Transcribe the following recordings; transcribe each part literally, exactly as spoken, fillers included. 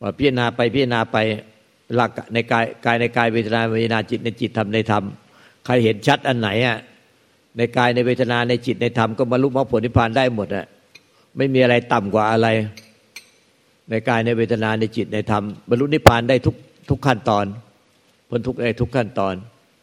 พิจารณาไปพิจารณาไปหลักในกายกายในกายเวทนาเวทนาจิตในจิตธรรมในธรรมใครเห็นชัดอันไหนอ่ะในกายในเวทนาในจิตในธรรมก็บรรลุมรรคผลนิพพานได้หมดอ่ะไม่มีอะไรต่ำกว่าอะไรในกายในเวทนาในจิตในธรรมบรรลุนิพพานได้ทุกทุกขั้นตอนพ้นทุกข์ได้ทุกขั้นตอน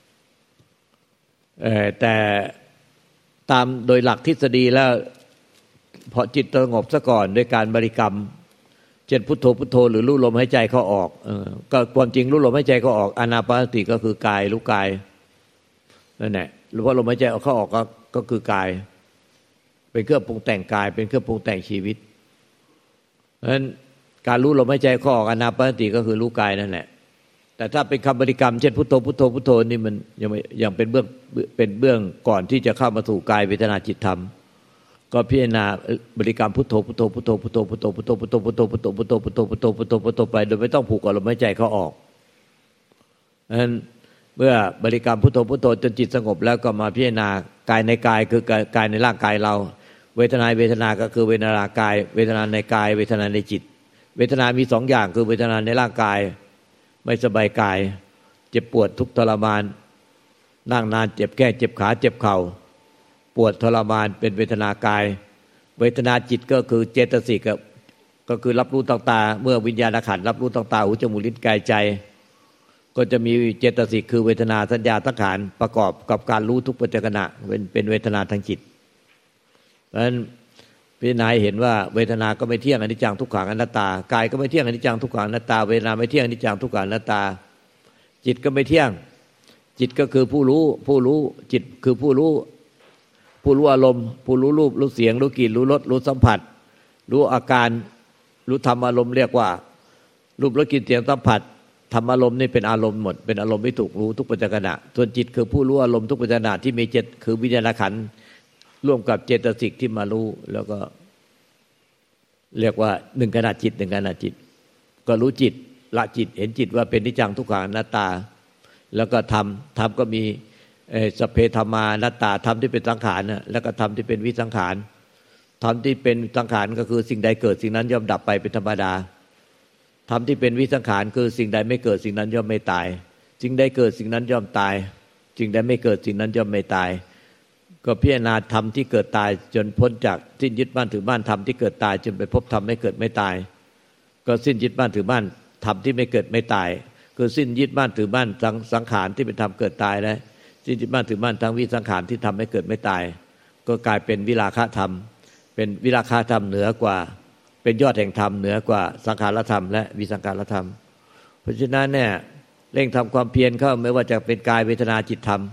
เออแต่ตามโดยหลักทฤษฎีแล้วพอจิตสงบซะก่อนด้วยการบริกรรมเช่นพุทโธพุทโธหรือรู้ลมหายใจเข้าออกเออก็ความจริงรู้ลมหายใจเข้าออกอานาปานสติก็คือกายรู้กายนั่นแหละหรือว่าลมหายใจเข้าออกก็ก็คือกายเป็นเครื่องปรุงแต่งกายเป็นเครื่องปรุงแต่งชีวิตเพราะฉะนั้นการรู้ลมหายใจเข้าออกอานาปานสติก็คือรู้กายนั่นแหละแต่ถ้าเป็นคำบริกรรมเช่นพุทโธพุทโธพุทโธนี่มันยังยังเป็นเบื้องเป็นเบื้องก่อนที่จะเข้ามาสู่กายเวทนาจิตธรรมก็พิจารณาบริกรรมพุทโธพุทโธพุทโธพุทโธพุทโธพุทโธพุทโธพุทโธพุทโธพุทโธพุทโธพุทโธพุทโธพุทโธไปโดยไม่ต้องผูกกับลมหายใจเข้าออกเพราะฉะนั้นเมื่อบริกรรมพุทโธพุทโธจนจิตสงบแล้วก็มาพิจารณากายในกายคือกายในร่างกายเราเวทนาเวทนาก็คือเวทนากายเวทนาในกายเวทนาในจิตเวทนามีสองอย่างคือเวทนาในร่างกายไม่สบายกายเจ็บปวดทุกข์ทรมานนั่งนานเจ็บแข้งเจ็บขาเจ็บเข่าปวดทรมานเป็นเวทนากายเวทนาจิตก็คือเจตสิกก็คือรับรู้ต่างๆเมื่อวิญญาณขันธ์รับรู้ต่างๆหูจมูกลิ้นกายใจก็จะมีเจตสิกคือเวทนาสัญญาสังขารประกอบกับการรู้ทุกปัจจุบันเป็นเป็นเวทนาทางจิตเพราะฉะนั้นพิจารณาเห็นว่าเวทนาก็ไม่เที่ยงอนิจจังทุกขังอนัตตากายก็ไม่เที่ยงอนิจจังทุกขังอนัตตาเวทนาไม่เที่ยงอนิจจังทุกขังอนัตตาจิตก็ไม่เที่ยงจิตก็คือผู้รู้ผู้รู้จิตคือผู้รู้ผู้รู้อารมณ์ผู้รู้รูปรู้เสียงรู้กลิ่นรู้รสรู้สัมผัสรู้อาการรู้ธรรมอารมณ์เรียกว่ารูปรสกลิ่นเสียงสัมผัสธรรมอารมณ์นี่เป็นอารมณ์หมดเป็นอารมณ์ที่ถูกรู้ทุกปัจจุบันส่วนจิตคือผู้รู้อารมณ์ทุกปัจจุบันที่มีเจตคือวิญญาณขันธ์ร่วมกับเจตสิกที่มารู้แล้วก็เรียกว่าหนึ่งขณะจิตหนึ่งขณะจิตก็รู้จิตละจิตเห็นจิตว่าเป็นนิจจังทุกขังอนัตตาแล้วก็ธรรมธรรมก็มีสัพเพธรรมานัตตาธรรมที่เป็นสังขารนะแล้วก็ธรรมที่เป็นวิสังขารธรรมที่เป็นสังขารก็คือสิ่งใดเกิดสิ่งนั้นย่อมดับไปเป็นธรรมดาธรรมที่เป็นวิสังขารคือสิ่งใดไม่เกิดสิ่งนั้นย่อมไม่ตายสิ่งใดเกิดสิ่งนั้นย่อมตายสิ่งใดไม่เกิดสิ่งนั้นย่อมไม่ตายก็พิจารณาธรรมที่เกิดตายจนพ้นจากสิ้นยึดมั่นถือมั่นธรรมที่เกิดตายจนไปพบธรรมไม่เกิดไม่ตายก็สิ้นยึดมั่นถือมั่นธรรมที่ไม่เกิดไม่ตายคือสิ้นยึดมั่นถือมั่นทั้งสังขารที่เป็นธรรมเกิดตายและสิ้นยึดมั่นถือมั่นทั้งวิสังขารที่ทำให้เกิดไม่ตายก็กลายเป็นวิราคะธรรมเป็นวิราคะธรรมเหนือกว่าเป็นยอดแห่งธรรมเหนือกว่าสังขารธรรมและวิสังขารธรรมเพราะฉะนั้นเนี่ยเร่งทำความเพียรเข้าไม่ว่าจะเป็นกายเวทนาจิตธรรม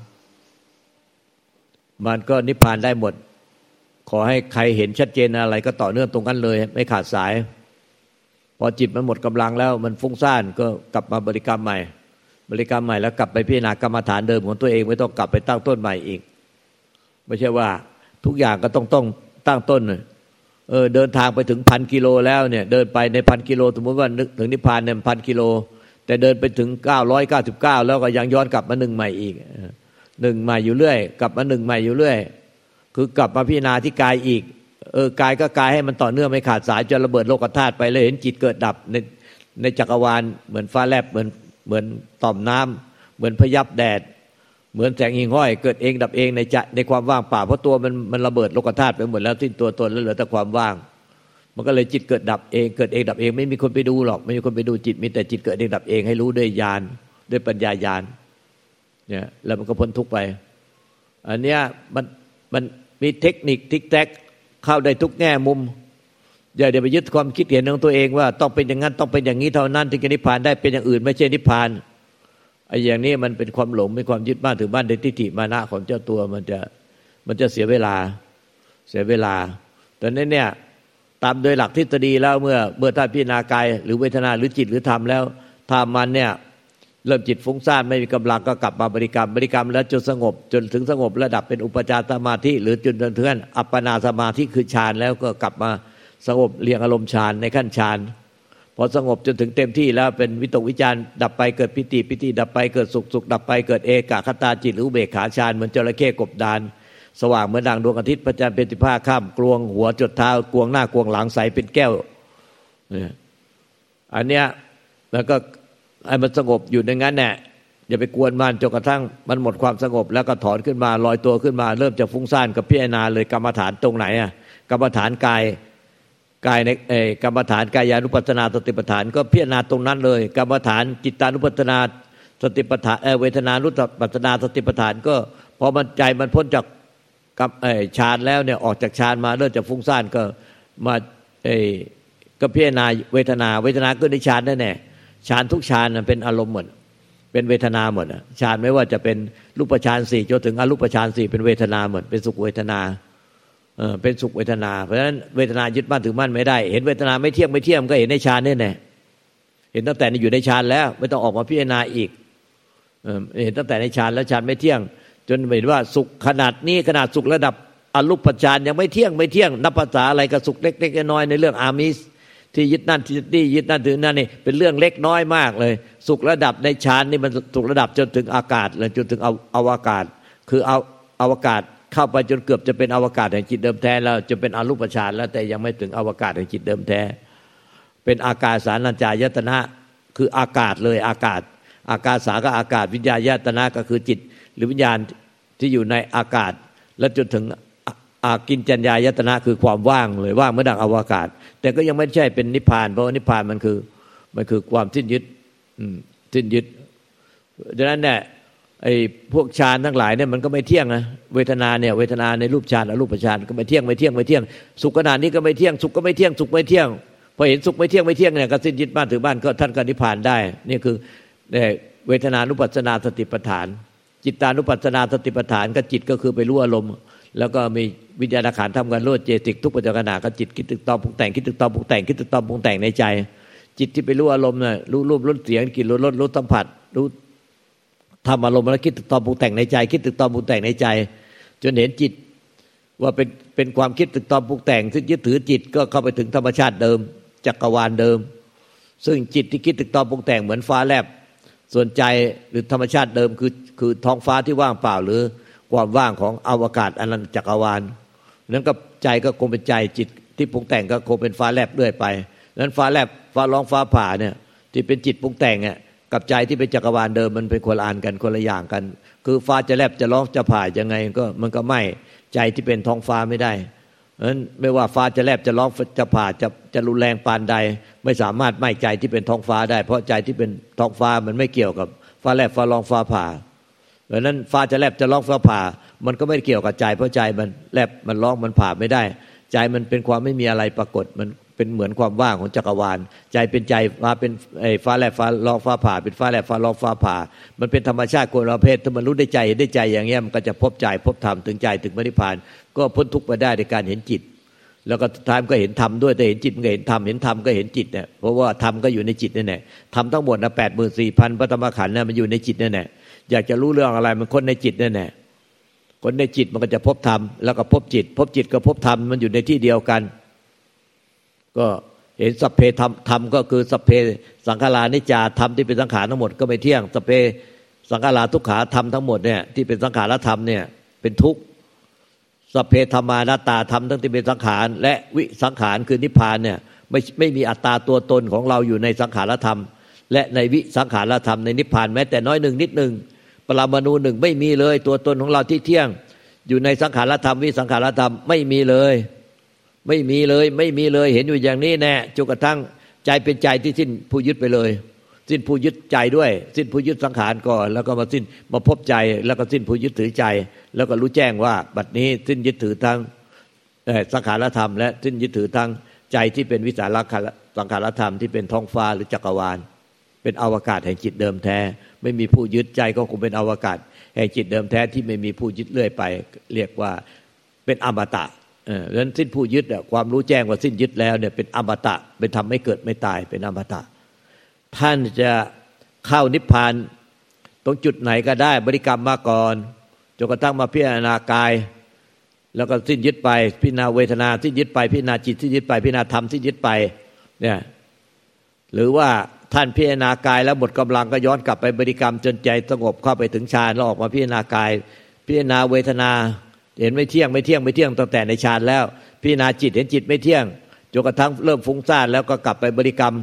มันก็นิพพานได้หมดขอให้ใครเห็นชัดเจนอะไรก็ต่อเนื่องตรงนั้นเลยไม่ขาดสายพอจิตมันหมดกำลังแล้วมันฟุ้งซ่านก็กลับมาบริกรรมใหม่บริกรรมใหม่แล้วกลับไปพิจารณากรรมฐานเดิมของตัวเองไม่ต้องกลับไปตั้งต้นใหม่อีกไม่ใช่ว่าทุกอย่างก็ต้องต้องตั้งต้นเออเดินทางไปถึงพันกิโลแล้วเนี่ยเดินไปในพันกิโลสมมติว่านึกถึงนิพพานเนี่ยพันกิโลแต่เดินไปถึงเก้าร้อยเก้าสิบเก้าแล้วก็ยังย้อนกลับมาหนึ่งใหม่อีกหนึ่งใหม่อยู่เรื่อยกลับมาหนึ่งใหม่อยู่เรื่อยคือกลับมาพิจารณาที่กายอีกเออกายก็กายให้มันต่อเนื่องไม่ขาดสายจนระเบิดโลกธาตุไปเลยเห็นจิตเกิดดับในในจักรวาลเหมือนฟ้าแลบเหมือนเหมือนต่อมน้ำเหมือนพยับแดดเหมือนแสงหิ่งห้อยเกิดเองดับเองในใจในความว่างเปล่าเพราะตัวมันมันระเบิดโลกธาตุไปหมดแล้วสิ้นตัวตนแล้วเหลือแต่ความว่างมันก็เลยจิตเกิดดับเองเกิดเองดับเองไม่มีคนไปดูหรอกไม่มีคนไปดูจิตมีแต่จิตเกิดเองดับเองให้รู้ด้วยญาณด้วยปัญญาญาณเนี่ยแล้วมันก็พ้นทุกข์ไปอันเนี้ยมันมันมีเทคนิคทิกแท็กเข้าได้ทุกแง่มุมอย่าเดี๋ยวไปยึดความคิดเห็นของตัวเองว่าต้องเป็นอย่างนั้นต้องเป็นอย่างนี้เท่านั้นถึงจะนิพพานได้เป็นอย่างอื่นไม่ใช่นิพพานไอ้อย่างนี้มันเป็นความหลงเป็นความยึดมั่นถือมั่นในทิฏฐิมานะของเจ้าตัวมันจะมันจะเสียเวลาเสียเวลาแต่นั้นเนี่ยตามโดยหลักทฤษฎีแล้วเมื่อเมื่อท่านพิจารณากายหรือเวทนาหรือจิตหรือธรรมแล้วถ้ามันเนี่ยเริ่มจิตฟุ้งซ่านไม่มีกำลังก็กลับมาบริกรรมบริกรรมแล้วจนสงบจนถึงสงบระดับเป็นอุปจารสมาธิหรือจนถึงอัปปนาสมาธิคือฌานแล้วก็กลับมาสงบเรียงอารมณ์ฌานในขั้นฌานพอสงบจนถึงเต็มที่แล้วเป็นวิตกวิจารดับไปเกิดปิติปิติดับไปเกิดสุขสุขดับไปเกิดเอกคตาจิตหรืออุเบกขาฌานเหมือนจระเข้กบดานสว่างเหมือนดังดวงอาทิตย์พระจันทร์เป็นสิบห้าค่ำกลวงหัวจดเท้ากลวงหน้ากลวงหลังใสเป็นแก้วอันเนี้ยแล้วก็ให้มันสงบอยู่ในงั้นแหละอย่าไปกวนมันจนกระทั่งมันหมดความสงบแล้วก็ถอนขึ้นมาลอยตัวขึ้นมาเริ่มจะฟุ้งซ่านกับพิจารณาเลยกรรมฐานตรงไหนอ่ะกรรมฐานกายกายในเอ่อกรรมฐานกายานุปัสสนาสติปัฏฐานก็พิจารณาตรงนั้นเลยกรรมฐานจิตานุปัสสนาสติปัฏฐานเอ่อเวทนานุปัสสนาสติปัฏฐานก็พอมันใจมันพ้นจากกับเอ่อฌานแล้วเนี่ยออกจากฌานมาเริ่มจะฟุ้งซ่านก็มาเอ่อก็พิจารณาเวทนาเวทนาก็ในฌานแน่ๆฌานทุกฌานเป็นอารมณ์หมดเป็นเวทนาหมดฌานไม่ว่าจะเป็นรูปฌานสี่จนถึงอรูปฌานสี่เป็นเวทนาหมดเป็นสุขเวทนาเออเป็นสุขเวทนาเพราะฉะนั้นเวทนายึดมั่นถือมั่นไม่ได้เห็นเวทนาไม่เที่ยงไม่เที่ยงก็เห็นในฌานแน่ๆเห็นตั้งแต่อยู่ในฌานแล้วไม่ต้องออกมาพิจารณาอีกเออเห็นตั้งแต่ในฌานแล้วฌานไม่เที่ยงจนเห็นว่าสุขขนาดนี้ขนาดสุขระดับอรูปฌานยังไม่เที่ยงไม่เที่ยงนับภาษาอะไรกับสุขเล็กๆน้อยๆในเรื่องอามิสที่ยึดนั่นที่ยึดนี่ยึดนั่นถือนั่นนี่เป็นเรื่องเล็กน้อยมากเลยสุขระดับในฌานนี่มันสุขระดับจนถึงอากาศเลยจนถึงเอาอวกาศคือเอาอวกาศเข้าไปจนเกือบจะเป็นอวกาศแห่งจิตเดิมแท้แล้วจะเป็นอรูปฌานแล้วแต่ยังไม่ถึงอวกาศแห่งจิตเดิมแท้เป็นอากาศสานัญจายตนะคืออากาศเลยอากาศอากาศสาก็อากาศวิญญาณญาตนะก็คือจิตหรือวิญญาณที่อยู่ในอากาศแล้วจนถึงอากินจัญญายตนะคือความว่างเลยว่างเหมือนดังอวกาศแต่ก็ยังไม่ใช่เป็นนิพพานเพราะว่านิพพานมันคือมันคือความสิ้นยึดสิ้นยึดดังนั้นเนี่ยไอ้พวกฌานทั้งหลายเนี่ยมันก็ไม่เที่ยงนะเวทนาเนี่ยเวทนาในรูปฌานอรูปฌานก็ไม่เที่ยงไม่เที่ยงไม่เที่ยงสุขขนาดนี้ก็ไม่เที่ยงสุขก็ไม่เที่ยงสุขไม่เที่ยงพอเห็นสุขไม่เที่ยงไม่เที่ยงเนี่ยก็สิ้นยึดบ้านถือบ้านก็ท่านก็นิพพานได้นี่คือเวทนานุปัสสนาสติปัฏฐานจิตานุปัสสนาสติปัฏฐานก็จิตก็คือไปรู้อารมณ์แล้วก็มีวิญญาณขันธ์ทำกันโลดเจติกทุกปัจจุบันก็จิตคิดตึกตอมปรุงแต่งคิดตึกตอมปรุงแต่งคิดตึกตอมปรุงแต่งในใจจิตที่ไปรู้อารมณ์น่ะรู้รูปรู้เสียงกลิ่นรู้รสรู้สัมผัสรู้ทำอารมณ์แล้วคิดตึกตอมปรุงแต่งในใจคิดตึกตอมปรุงแต่งในใจจนเห็นจิตว่าเป็นเป็นความคิดตึกตอมปรุงแต่งซึ่งยึดถือจิตก็เข้าไปถึงธรรมชาติเดิมจักรวาลเดิมซึ่งจิตที่คิดตึกตอมปรุงแต่งเหมือนฟ้าแลบส่วนใจหรือธรรมชาติเดิมคือคือท้องฟ้าที่ว่างเปล่าหรือความว่างของอวกาศอนันตจักรวาลนั้นก็ใจก็คงเป็นใจจิตที่ปรุงแต่งก็คงเป็นฟ้าแลบเรื่อยไปนั้นฟ้าแลบฟ้าร้องฟ้าผ่าเนี่ยที่เป็นจิตปรุงแต่งอ่ะกับใจที่เป็นจักรวาลเดิมมันเป็นคนละอันกันคนละอย่างกันคือฟ้าจะแลบจะร้องจะผ่ายังไงก็มันก็ไม่ใจที่เป็นท้องฟ้าไม่ได้นั้นไม่ว่าฟ้าจะแลบจะร้องจะผ่าจะจะรุนแรงปานใดไม่สามารถไม่ใจที่เป็นท้องฟ้าได้เพราะใจที่เป็นท้องฟ้ามันไม่เกี่ยวกับฟ้าแลบฟ้าร้องฟ้าผ่าเพราะนั้นฟ้าจะแลบจะร้องฟ้าผ่ามันก็ไม่เกี่ยวกับใจเพราะใจมันแลบมันร้องมันผ่าไม่ได้ใจมันเป็นความไม่มีอะไรปรากฏมันเป็นเหมือนความว่างของจักรวาลใจเป็นใจฟ้าเป็นไอ้ฟ้าแลบฟ้าร้องฟ้าผ่าเป็นฟ้าแลบฟ้าร้องฟ้าผ่ามันเป็นธรรมชาติคนละเพศถ้ามันรู้ได้ใจเห็นได้ใจอย่างเงี้ยมันก็จะพบใจพบธรรมถึงใจถึงนิพพานก็พ้นทุกข์ไปได้ในการเห็นจิตแล้วก็ท้ายมันก็เห็นธรรมด้วยแต่เห็นจิตมันก็เห็นธรรมเห็นธรรมก็เห็นจิตเนี่ยเพราะว่าธรรมก็อยู่ในจิตนั่นแหละธรรมทั้งหมดนะ แปดหมื่นสี่พัน พระธรรมขันธ์น่ะมันอยู่ในจิตนั่นแหละอยากจะรู้เรื่องอะไรมันค้นในจิตนั่นแหละคนในจิตมันก็จะพบธรรมแล้วก็พบจิตพบจิตก็พบธรรมมันอยู่ในที่เดียวกันก็เห็นสัพเพธรรมธรรมก็คือสัพเพสังขารานิจจาธรรมที่เป็นสังขารทั้งหมดก็ไม่เที่ยงสัพเพสังขาราทุกขาธรรมทั้งหมดเนี่ยที่เป็นสังขารธรรมเนี่ยเป็นทุกข์สัพเพธรรมานัตตาธรรมทั้งที่เป็นสังขารและวิสังขารคือนิพพานเนี่ยไม่ไม่มีอัตตาตัวตนของเราอยู่ในสังขารธรรมและในวิสังขารธรรมในนิพพานแม้แต่น้อยหนึ่งนิดหนึ่งปรมาณูหนึ่งไม่มีเลยตัวตนของเราที่เที่ยงอยู่ในสังขารธรรมวิสังขารธรรมไม่มีเลยไม่มีเลยไม่มีเลยเห็นอยู่อย่างนี้แน่จนกระทั่งใจเป็นใจที่สิ้นผู้ยึดไปเลยสิ้นผู้ยึดใจด้วยสิ้นผู้ยึดสังขารก่อนแล้วก็มาสิ้นมาพบใจแล้วก็สิ้นผู้ยึดถือใจแล้วก็รู้แจ้งว่าบัดนี้สิ้นยึดถือทั้งสังขารธรรมและสิ้นยึดถือทั้งใจที่เป็นวิสารสังขารธรรมที่เป็นท้องฟ้าหรือจักรวาลเป็นอวกาศแห่งจิตเดิมแท้ไม่มีผู้ยึดใจก็คงเป็นอวกาศแห่งจิตเดิมแท้ที่ไม่มีผู้ยึดเรื่อยไปเรียกว่าเป็นอมตะเออดังนั้นสิ้นผู้ยึดอ่ะความรู้แจ้งว่าสิ้นยึดแล้วเนี่ยเป็นอมตะเป็นธรรมไม่เกิดไม่ตายเป็นอมตะท่านจะเข้านิพพานตรงจุดไหนก็ได้บริกรรมมาก่อนจนกระทั่งมาพิจารณากายแล้วก็สิ้นยึดไปพิจารณาเวทนาสิ้นยึดไปพิจารณาจิตสิ้นยึดไปพิจารณาธรรมสิ้นยึดไปเนี่ยหรือว่าท่านพิจารณากายแล้วหมดกำลังก็ย้อนกลับไปบริกรรมจนใจสงบเข้าไปถึงฌานแล้วออกมาพิจารณากายพิจารณาเวทนาเห็นไม่เที่ยงไม่เที่ยงไม่เที่ยงตั้งแต่ในฌานแล้วพิจารณาจิตเห็นจิตไม่เที่ยงจนกระทั่งเริ่มฟุ้งซ่านแล้วก็กลับไปบริกรรม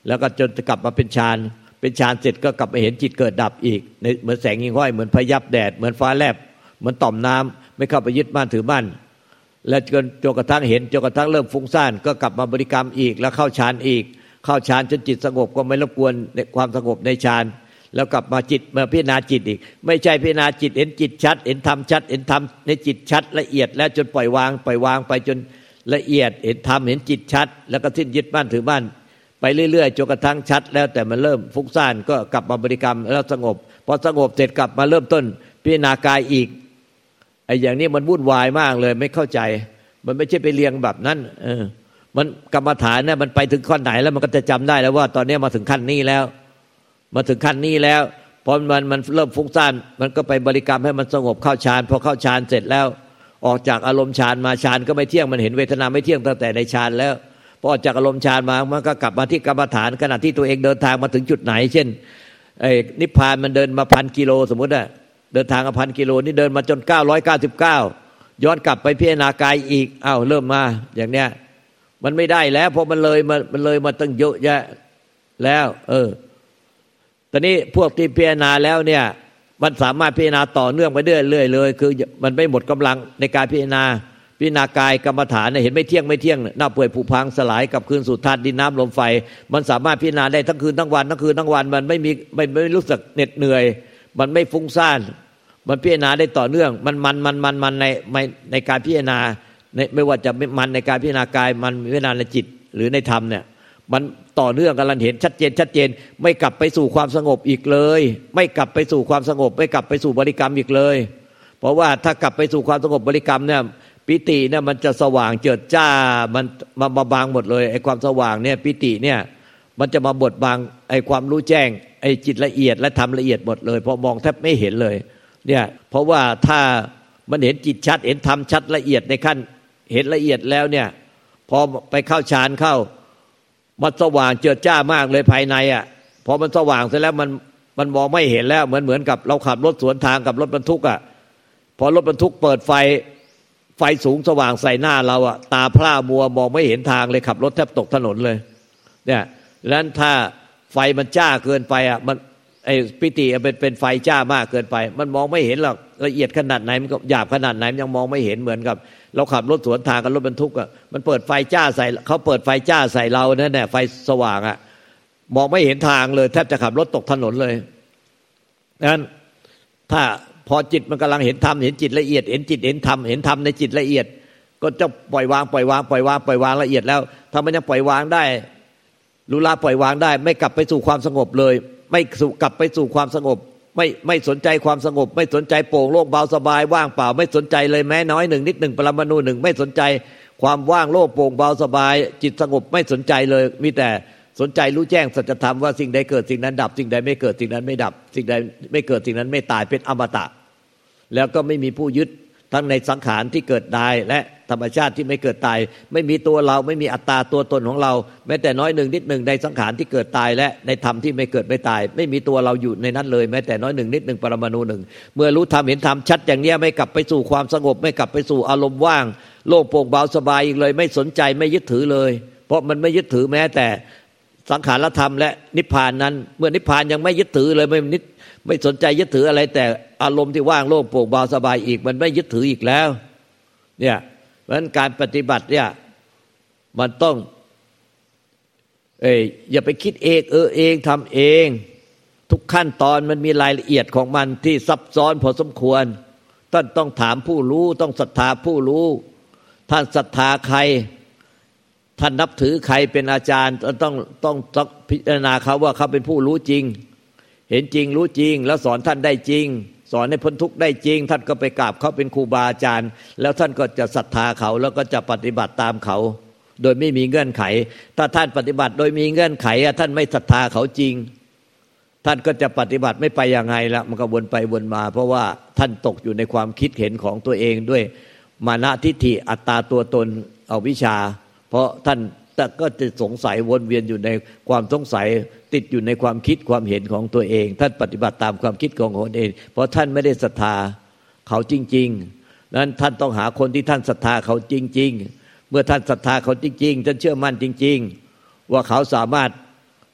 แล้วก็จนกลับมาเป็นฌานเป็นฌานเสร็จก็กลับมาเห็นจิตเกิดดับอีกเหมือนแสงหิ่งห้อยเหมือนพยับแดดเหมือนฟ้าแลบเหมือนต่อมน้ำไม่เข้าไปยึดมั่นถือมั่นแล้วจนจนกระทั่งเห็นจนกระทั่งเริ่มฟุ้งซ่านก็กลับมาบริกรรมอีกแล้วเข้าฌานอีกเข้าฌานจนจิตสงบก็ไม่รบกวนในความสงบในฌานแล้วกลับมาจิตมาพิจารณาจิตอีกไม่ใช่พิจารณาจิตเห็นจิตชัดเห็นธรรมชัดเห็นธรรมในจิตชัดละเอียดแล้วจนปล่อยวางปล่อยวางไปจนละเอียดเห็นธรรมเห็นจิตชัดแล้วก็สิ้นยึดมั่นถือมั่นไปเรื่อยๆจนกระทั่งชัดแล้วแต่มันเริ่มฟุ้งซ่านก็กลับมาบริกรรมแล้วสงบพอสงบเสร็จกลับมาเริ่มต้นพิจารณากายอีกไอ้อย่างนี้มันวุ่นวายมากเลยไม่เข้าใจมันไม่ใช่ไปเรียงแบบนั้นเออมันกรรมฐานเนี่ยมันไปถึงขั้นไหนแล้วมันก็จะจำได้แล้วว่าตอนนี้มาถึงขั้นนี้แล้วมาถึงขั้นนี้แล้วพอมันมันเริ่มฟุ้งซ่านมันก็ไปบริกรรมให้มันสงบเข้าฌานพอเข้าฌานเสร็จแล้วออกจากอารมณ์ฌานมาฌานก็ไม่เที่ยงมันเห็นเวทนาไม่เที่ยงตั้งแต่ในฌานแล้วพอออกจากอารมณ์ฌานมามันก็กลับมาที่กรรมฐานขณะที่ตัวเองเดินทางมาถึงจุดไหนเช่นไอ้นิพพานมันเดินมาพันกิโลสมมุติอะเดินทางมาพันกิโลนี่เดินมาจนเก้าร้อยเก้าสิบเก้าย้อนกลับไปพิจารณากายอีกอ้าวเริ่มมาอย่างเนี้ยมันไม่ได้แล้วเพราะมันเลยมามันเลยมาตั้งเยอะแยะแล้วเออตอนนี้พวกที่พิจารณาแล้วเนี่ยมันสามารถพิจารณาต่อเนื่องไปเรื่อยๆเลยคือมันไม่หมดกำลังในการพิจารณาพิจารณากายกรรมฐานเนี่ยเห็นไม่เที่ยงไม่เที่ยงหน้าเปื่อยผุพังสลายกับคืนสู่ธาตุดินน้ำลมไฟมันสามารถพิจารณาได้ทั้งคืนทั้งวันทั้งคืนทั้งวันมันไม่มีไม่ไม่รู้สึกเหน็ดเหนื่อยมันไม่ฟุ้งซ่านมันพิจารณาได้ต่อเนื่องมันมันมันมันมันในในการพิจารณาในไม่ว่าจะมันในการพิจารณากายมันพิจารณาในจิตหรือในธรรมเนี่ยมันต่อเนื่องกันเห็นชัดเจนชัดเจนไม่กลับไปสู่ความสงบอีกเลยไม่กลับไปสู่ความสงบไม่กลับไปสู่บริกรรมอีกเลยเพราะว่าถ้ากลับไปสู่ความสงบบริกรรมเนี่ยปิติเนี่ยมันจะสว่างเจิดจ้ามันมามาบางหมดเลยไอ้ความสว่างเนี่ยปิติเนี่ยมันจะมาบดบังไอ้ความรู้แจ้งไอ้จิตละเอียดและธรรมละเอียดหมดเลยเพราะมองแทบไม่เห็นเลยเนี่ยเพราะว่าถ้ามันเห็นจิตชัดเห็นธรรมชัดละเอียดในขั้นเห็นละเอียดแล้วเนี่ยพอไปเข้าฌานเข้ามันสว่างเจิดจ้ามากเลยภายในอ่ะพอมันสว่างเสร็จแล้วมันมันมองไม่เห็นแล้วเหมือนเหมือนกับเราขับรถสวนทางกับรถบรรทุกอ่ะพอรถบรรทุกเปิดไฟไฟสูงสว่างใส่หน้าเราอ่ะตาพร่ามัวมองไม่เห็นทางเลยขับรถแทบตกถนนเลยเนี่ยดังนั้นถ้าไฟมันจ้าเกินไปอ่ะมันไอ้ปิติเป็นเป็นไฟจ้ามากเกินไปมันมองไม่เห็นหรอกละเอียดขนาดไหนมันก็หยาบขนาดไหนมันยังมองไม่เห็นเหมือนกับเราขับรถสวนทางกับรถบรรทุกอ่ะมันเปิดไฟจ้าใส่เขาเปิดไฟจ้าใส่เรานั่นแหละไฟสว่างอ่ะมองไม่เห็นทางเลยแทบจะขับรถตกถนนเลยนั้นถ้าพอจิตมันกำลังเห็นธรรมเห็นจิตละเอียดเห็นจิตเห็นธรรมเห็นธรรมในจิตละเอียดก็จะปล่อยวางปล่อยวางปล่อยวางปล่อยวางละเอียดแล้วถ้ามันยังปล่อยวางได้รู้ละปล่อยวางได้ไม่กลับไปสู่ความสงบเลยไม่กลับไปสู่ความสงบไม่ไม่สนใจความสงบไม่สนใจโปร่งโล่งเบาสบายว่างเปล่าไม่สนใจเลยแม้น้อยหนึ่งนิดหนึ่งปรมาณูหนึ่งไม่สนใจความว่างโล่งโปร่งเบาสบายจิตสงบไม่สนใจเลยมีแต่สนใจรู้แจ้งสัจธรรมว่าสิ่งใดเกิดสิ่งนั้นดับสิ่งใดไม่เกิดสิ่งนั้นไม่ดับสิ่งใดไม่เกิดสิ่งนั้นไม่ตายเป็นอมตะแล้วก็ไม่มีผู้ยึดทั้งในสังขารที่เกิดตายและธรรมชาติที่ไม่เกิดตายไม่มีตัวเราไม่มีอัตตาตัวตนของเราแม้แต่น้อยหนึ่งนิดหนึ่งในสังขารที่เกิดตายและในธรรมที่ไม่เกิดไม่ตายไม่มีตัวเราอยู่ในนั้นเลยแม้แต่น้อยหนึ่งนิดหนึ่งปรมาณูหนึ่งเมื่อรู้ธรรมเห็นธรรมชัดอย่างนี้ไม่กลับไปสู่ความสงบไม่กลับไปสู่อารมณ์ว่างโล่งโปร่งเบาสบายอีกเลยไม่สนใจไม่ยึดถือเลยเพราะมันไม่ยึดถือแม้แต่สังขารธรรมและนิพพานนั้นเมื่อนิพพานยังไม่ยึดถือเลยไม่นิไม่สนใจยึดถืออะไรแต่อารมณ์ที่ว่างโล่งโปร่งเบาสบายอีกมันไม่ยึดถืออีกแล้วเนี่ยเพราะฉะนั้นการปฏิบัติเนี่ยมันต้องเอ้ยอย่าไปคิดเองเออเองทำเองทุกขั้นตอนมันมีรายละเอียดของมันที่ซับซ้อนพอสมควรท่านต้องถามผู้รู้ต้องศรัทธาผู้รู้ท่านศรัทธาใครท่านนับถือใครเป็นอาจารย์ต้องต้องต้องพิจารณาเขาว่าเขาเป็นผู้รู้จริงเห็นจริงรู้จริงแล้วสอนท่านได้จริงสอนให้พ้นทุกข์ได้จริงท่านก็ไปกราบเขาเป็นครูบาอาจารย์แล้วท่านก็จะศรัทธาเขาแล้วก็จะปฏิบัติตามเขาโดยไม่มีเงื่อนไขถ้าท่านปฏิบัติโดยมีเงื่อนไขท่านไม่ศรัทธาเขาจริงท่านก็จะปฏิบัติไม่ไปยังไงละมันก็วนไปวนมาเพราะว่าท่านตกอยู่ในความคิดเห็นของตัวเองด้วยมานะทิฏฐิอัตตาตัวตนเอาวิชาเพราะท่านแต่ก็จะสงสัยวนเวียนอยู่ในความสงสัยติดอยู่ในความคิดความเห็นของตัวเองท่านปฏิบัติตามความคิดของตนเองเพราะท่านไม่ได้ศรัทธาเขาจริงๆนั้นท่านต้องหาคนที่ท่านศรัทธาเขาจริงๆเมื่อท่านศรัทธาเขาจริงๆท่านเชื่อมั่นจริงๆว่าเขาสามารถ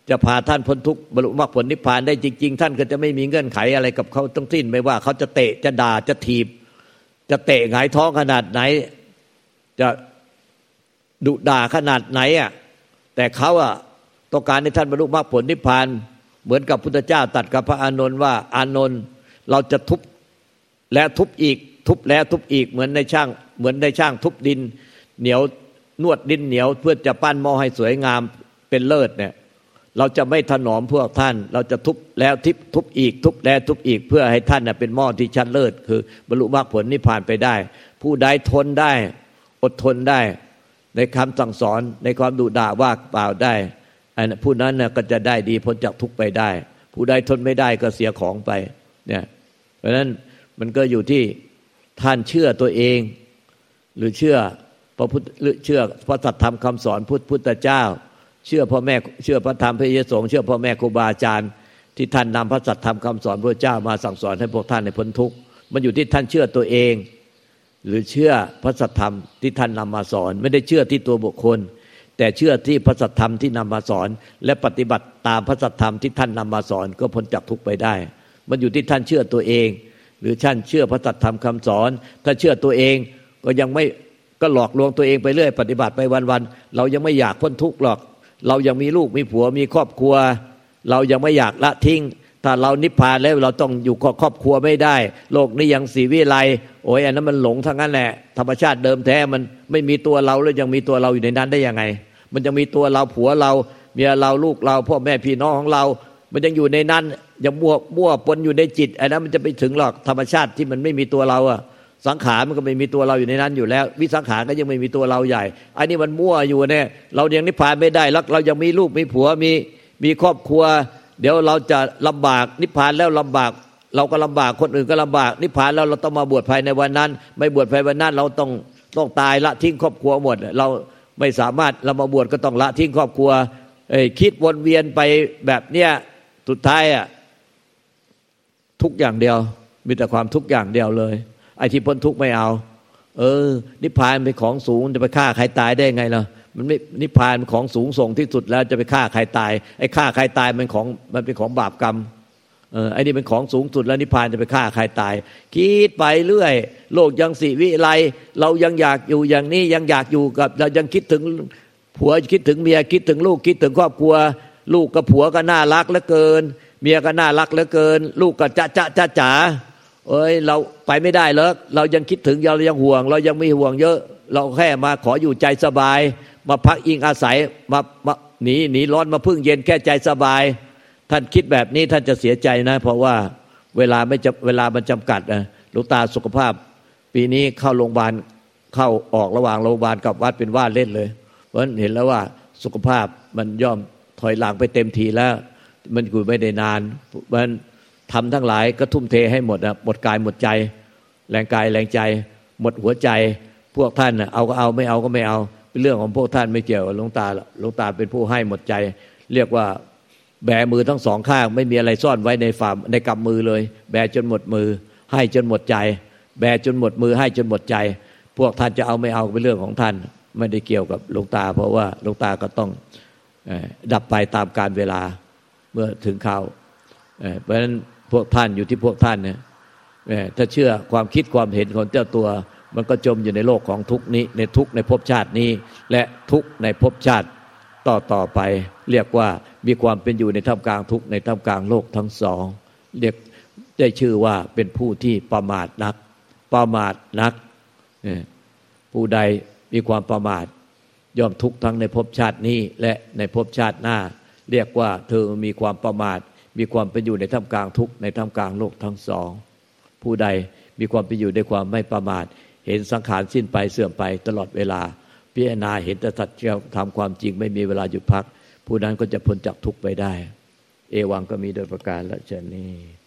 จะพาท่านพ้นทุกข์บรรลุมรรคผลนิพพานได้จริงๆท่านก็จะไม่มีเงื่อนไขอะไรกับเขาทั้งสิ้นไม่ว่าเขาจะเตะจะด่าจะถีบจะเตะหงายท้องขนาดไหนจะดุด่าขนาดไหนอ่ะแต่เขาอ่ะต้องการให้ท่านบรรลุมรรคผลนิพพานเหมือนกับพุทธเจ้าตรัสกับพระอานนท์ว่าอานนท์เราจะทุบและทุบอีกทุบแล้วทุบอีกเหมือนในช่างเหมือนในช่างทุบดินเหนียวนวดดินเหนียวเพื่อจะปั้นหม้อให้สวยงามเป็นเลิศเนี่ยเราจะไม่ถนอมพวกท่านเราจะทุบแล้วทิบทุบอีกทุบแล้วทุบอีกเพื่อให้ท่านน่ะเป็นหม้อที่ชั้นเลิศคือบรรลุมรรคผลนิพพานไปได้ผู้ใดทนได้อดทนได้ในคำสั่งสอนในความดุด่าว่ากล่าวได้ผู้นั้นน่ะก็จะได้ดีพ้นจากทุกข์ไปได้ผู้ใดทนไม่ได้ก็เสียของไปเนี่ยเพราะฉะนั้นมันก็อยู่ที่ท่านเชื่อตัวเองหรือเชื่อพระพุทธหรือเชื่อพระสัทธรรมคำสอนพุทธพุทธเจ้าเชื่อพ่อแม่เชื่อพระธรรมพระอริยสงฆ์เชื่อพ่อแม่ครูบาอาจารย์ที่ท่านนำพระสัทธรรมคำสอนพระเจ้ามาสั่งสอนให้พวกท่านในพ้นทุกข์มันอยู่ที่ท่านเชื่อตัวเองหรือเชื่อพระสัทธรรมที่ท่านนำมาสอนไม่ได้เชื่อที่ตัวบุคคลแต่เชื่อที่พระสัทธรรมที่นำมาสอนและปฏิบัติตามพระสัทธรรมที่ท่านนำมาสอนก็พ้นจากทุกข์ไปได้มันอยู่ที่ท่านเชื่อตัวเองหรือท่านเชื่อพระสัทธรรมคำสอนถ้าเชื่อตัวเองก็ยังไม่ก็หลอกลวงตัวเองไปเรื่อยปฏิบัติไปวันๆเรายังไม่อยากพ้นทุกข์หรอกเรายังมีลูกมีผัวมีครอบครัวเรายังไม่อยากละทิ้งถ้าเรานิพพานแล้วเราต้องอยู่กับครอบครัวไม่ได้โลกนี้ยังสีวิไลโอ้ยอันนั้นมันหลงทั้งนั้นแหละธรรมชาติเดิมแท้มันไม่มีตัวเราแล้วยังมีตัวเราอยู่ในนั้นได้ยังไงมันยังมีตัวเราผัวเราเมียเราลูกเราพ่อแม่พี่น้องของเรามันยังอยู่ในนั้นยังมั่วมั่วปนอยู่ในจิตอันนั้นมันจะไปถึงหรอกธรรมชาติที่มันไม่มีตัวเราอะสังขารมันก็ไม่มีตัวเราอยู่ในนั้นอยู่แล้ววิสังขารก็ยังไม่มีตัวเราใหญ่อันนี้มันมั่วอยู่เนี่ยเรายังนิพพานไม่ได้แล้วเรายังมีลูกมีผัวมีมีครอบครัวเดี๋ยวเราจะลำบากนิพพานแล้วลำบากเราก็ลำบากคนอื่นก็ลำบากนิพพานแล้วเราต้องมาบวชภายในวันนั้นไม่บวชภายในวันนั้นเราต้องต้องตายละทิ้งครอบครัวหมดเราไม่สามารถเรามาบวชก็ต้องละทิ้งครอบครัวเอ้ยคิดวนเวียนไปแบบเนี้ยสุดท้ายอ่ะทุกอย่างเดียวมีแต่ความทุกข์อย่างเดียวเลยไอ้ที่พ้นทุกข์ไม่เอาเออนิพพานเป็นของสูงจะไปฆ่าใครตายได้ไงล่ะมันไม่นิพพานเป็นของสูงส่งที่สุดแล้วจะไปฆ่าใครตายไอ้ฆ่าใครตายมันของมันเป็นของบาปกรรมเออไอ้นี่เป็นของสูงสุดแล้วนิพพานจะไปฆ่าใครตายคิดไปเรื่อยโลกยังสิวิไลเรายังอยากอยู่อย่างนี้ยังอยากอยู่กับเรายังคิดถึงผัวคิดถึงเมียคิดถึงลูกคิดถึงครอบครัวลูกกับผัวก็น่ารักเหลือเกินเมียก็น่ารักเหลือเกินลูกก็จ๊ะจ๊ะจ๊ะจ๋าเอ้ยเราไปไม่ได้เลยเรายังคิดถึงเรายังห่วงเรายังไม่ห่วงเยอะเราแค่มาขออยู่ใจสบายมาพักอิงอาศัยมามาหนีหนีร้อนมาพึ่งเย็นแค่ใจสบายท่านคิดแบบนี้ท่านจะเสียใจนะเพราะว่าเวลาไม่จะเวลามันจำกัดนะหลวงตาสุขภาพปีนี้เข้าโรงพยาบาลเข้าออกระหว่างโรงพยาบาลกับวัดเป็นว่าเล่นเลยเพราะฉะนั้นเห็นแล้วว่าสุขภาพมันย่อมถอยหลังไปเต็มทีแล้วมันอยู่ไม่ได้นานมันทำทั้งหลายก็ทุ่มเทให้หมดนะหมดกายหมดใจแรงกายแรงใจหมดหัวใจพวกท่านนะเอาก็เอาไม่เอาก็ไม่เอาเป็นเรื่องของพวกท่านไม่เกี่ยวหลวงตาหลวงตาเป็นผู้ให้หมดใจเรียกว่าแบมือทั้งสองข้างไม่มีอะไรซ่อนไว้ในฝ่าในกำมือเลยแบจนหมดมือให้จนหมดใจแบจนหมดมือให้จนหมดใจพวกท่านจะเอาไม่เอาเป็นเรื่องของท่านไม่ได้เกี่ยวกับหลวงตาเพราะว่าหลวงตาก็ต้องดับไปตามกาลเวลาเมื่อถึงคราวเพราะฉะนั้นพวกท่านอยู่ที่พวกท่านเนี่ยถ้าเชื่อความคิดความเห็นของเจ้าตัวมันก็จมอยู่ในโลกของทุกนี้ในทุกในภพชาตินี้และทุกในภพชาติต่อต่อไปเรียกว่ามีความเป็นอยู่ในท่ามกลางทุกในท่ามกลางโลกทั้งสองเรียกได้ชื่อว่าเป็นผู้ที่ประมาทนักประมาทนักผู้ใดมีความประมาทย่อมทุกข์ทั้งในภพชาตินี้และในภพชาติหน้าเรียกว่าเธอมีความประมาทมีความเป็นอยู่ในท่ามกลางทุกข์ในท่ามกลางโลกทั้งสองผู้ใดมีความเป็นอยู่ในความไม่ประมาทเห็นสังขารสิ้นไปเสื่อมไปตลอดเวลาพิจารณาเห็นแต่สัจธรรมความจริงไม่มีเวลาหยุดพักผู้นั้นก็จะพ้นจากทุกข์ไปได้เอวังก็มีโดยประการละชนี้